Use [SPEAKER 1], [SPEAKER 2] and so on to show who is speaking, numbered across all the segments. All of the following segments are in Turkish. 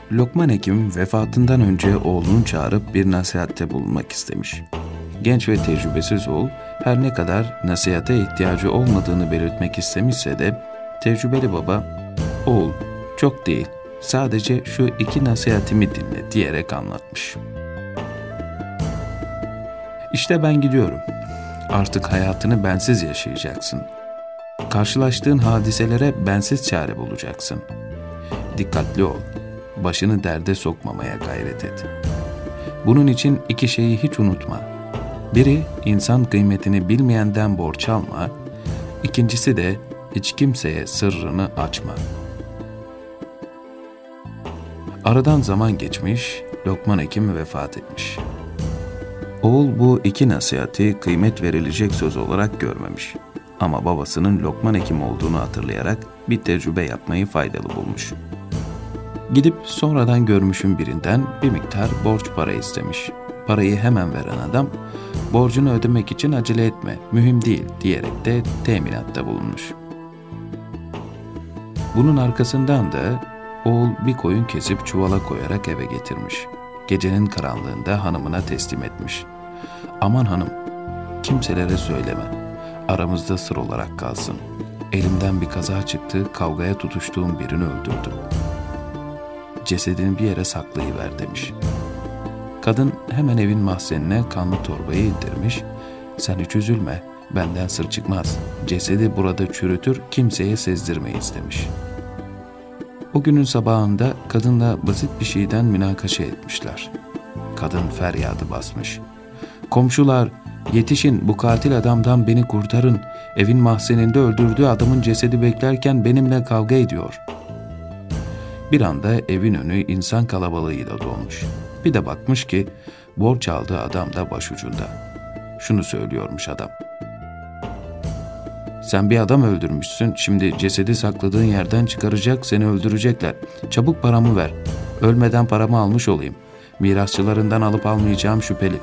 [SPEAKER 1] Lokman Hekim vefatından önce oğlunu çağırıp bir nasihatte bulunmak istemiş. Genç ve tecrübesiz oğul her ne kadar nasihate ihtiyacı olmadığını belirtmek istemişse de tecrübeli baba, "Oğul, çok değil, sadece şu 2 nasihatimi dinle," diyerek anlatmış. "İşte ben gidiyorum. Artık hayatını bensiz yaşayacaksın. Karşılaştığın hadiselere bensiz çare bulacaksın. Dikkatli ol. Başını derde sokmamaya gayret et. Bunun için 2 şeyi hiç unutma. Biri, insan kıymetini bilmeyenden borç alma. İkincisi de hiç kimseye sırrını açma." Aradan zaman geçmiş, Lokman Hekim vefat etmiş. Oğul bu 2 nasihati kıymet verilecek söz olarak görmemiş. Ama babasının Lokman Hekim olduğunu hatırlayarak bir tecrübe yapmayı faydalı bulmuş. Gidip sonradan görmüşün birinden bir miktar borç para istemiş. Parayı hemen veren adam, "Borcunu ödemek için acele etme, mühim değil," diyerek de teminatta bulunmuş. Bunun arkasından da oğul bir koyun kesip çuvala koyarak eve getirmiş. Gecenin karanlığında hanımına teslim etmiş. "Aman hanım, kimselere söyleme. Aramızda sır olarak kalsın. Elimden bir kaza çıktı, kavgaya tutuştuğum birini öldürdüm. Cesedini bir yere saklayıver," demiş. Kadın hemen evin mahzenine kanlı torbayı indirmiş. "Sen hiç üzülme, benden sır çıkmaz. Cesedi burada çürütür, kimseye sezdirmeyiz," demiş. O günün sabahında kadınla basit bir şeyden münakaşa etmişler. Kadın feryadı basmış. "Komşular, yetişin, bu katil adamdan beni kurtarın. Evin mahzeninde öldürdüğü adamın cesedi beklerken benimle kavga ediyor." Bir anda evin önü insan kalabalığıyla dolmuş. Bir de bakmış ki borç aldığı adam da başucunda. Şunu söylüyormuş adam: "Sen bir adam öldürmüşsün, şimdi cesedi sakladığın yerden çıkaracak, seni öldürecekler. Çabuk paramı ver, ölmeden paramı almış olayım. Mirasçılarından alıp almayacağım şüpheli."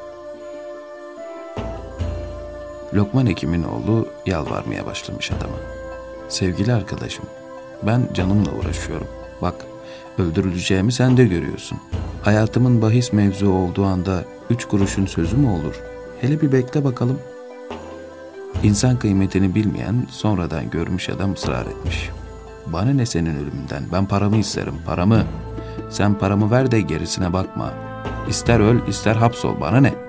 [SPEAKER 1] Lokman Hekim'in oğlu yalvarmaya başlamış adama. "Sevgili arkadaşım, ben canımla uğraşıyorum. Bak, öldürüleceğimi sen de görüyorsun. Hayatımın bahis mevzu olduğu anda 3 kuruşun sözü mü olur? Hele bir bekle bakalım." İnsan kıymetini bilmeyen sonradan görmüş adam ısrar etmiş. "Bana ne senin ölümünden? Ben paramı isterim, paramı. Sen paramı ver de gerisine bakma. İster öl, ister hapsol, bana ne?"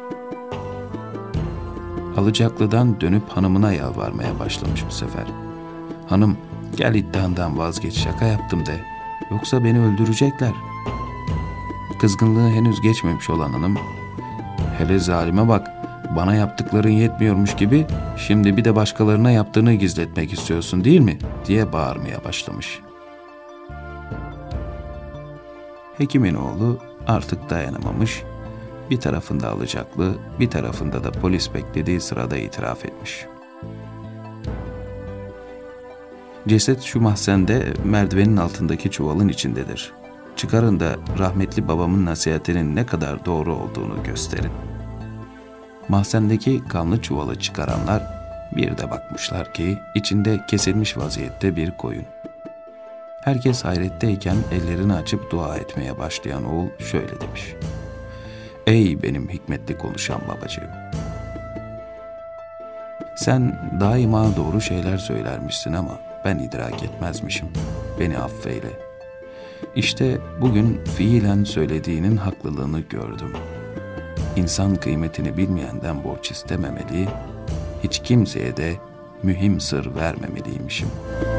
[SPEAKER 1] Alacaklıdan dönüp hanımına yalvarmaya başlamış bu sefer. "Hanım, gel iddiandan vazgeç, şaka yaptım de. Yoksa beni öldürecekler." Kızgınlığı henüz geçmemiş olan hanım, "Hele zalime bak, bana yaptıkların yetmiyormuş gibi şimdi bir de başkalarına yaptığını gizletmek istiyorsun değil mi?" diye bağırmaya başlamış. Hekimin oğlu artık dayanamamış, bir tarafında alacaklı, bir tarafında da polis beklediği sırada itiraf etmiş. "Ceset şu mahzende merdivenin altındaki çuvalın içindedir. Çıkarın da rahmetli babamın nasihatinin ne kadar doğru olduğunu gösterin." Mahzendeki kanlı çuvalı çıkaranlar bir de bakmışlar ki içinde kesilmiş vaziyette bir koyun. Herkes hayretteyken ellerini açıp dua etmeye başlayan oğul şöyle demiş: "Ey benim hikmetli konuşan babacığım! Sen daima doğru şeyler söylermişsin ama ben idrak etmezmişim. Beni affeyle. İşte bugün fiilen söylediğinin haklılığını gördüm. İnsan kıymetini bilmeyenden borç istememeli, hiç kimseye de mühim sır vermemeliymişim."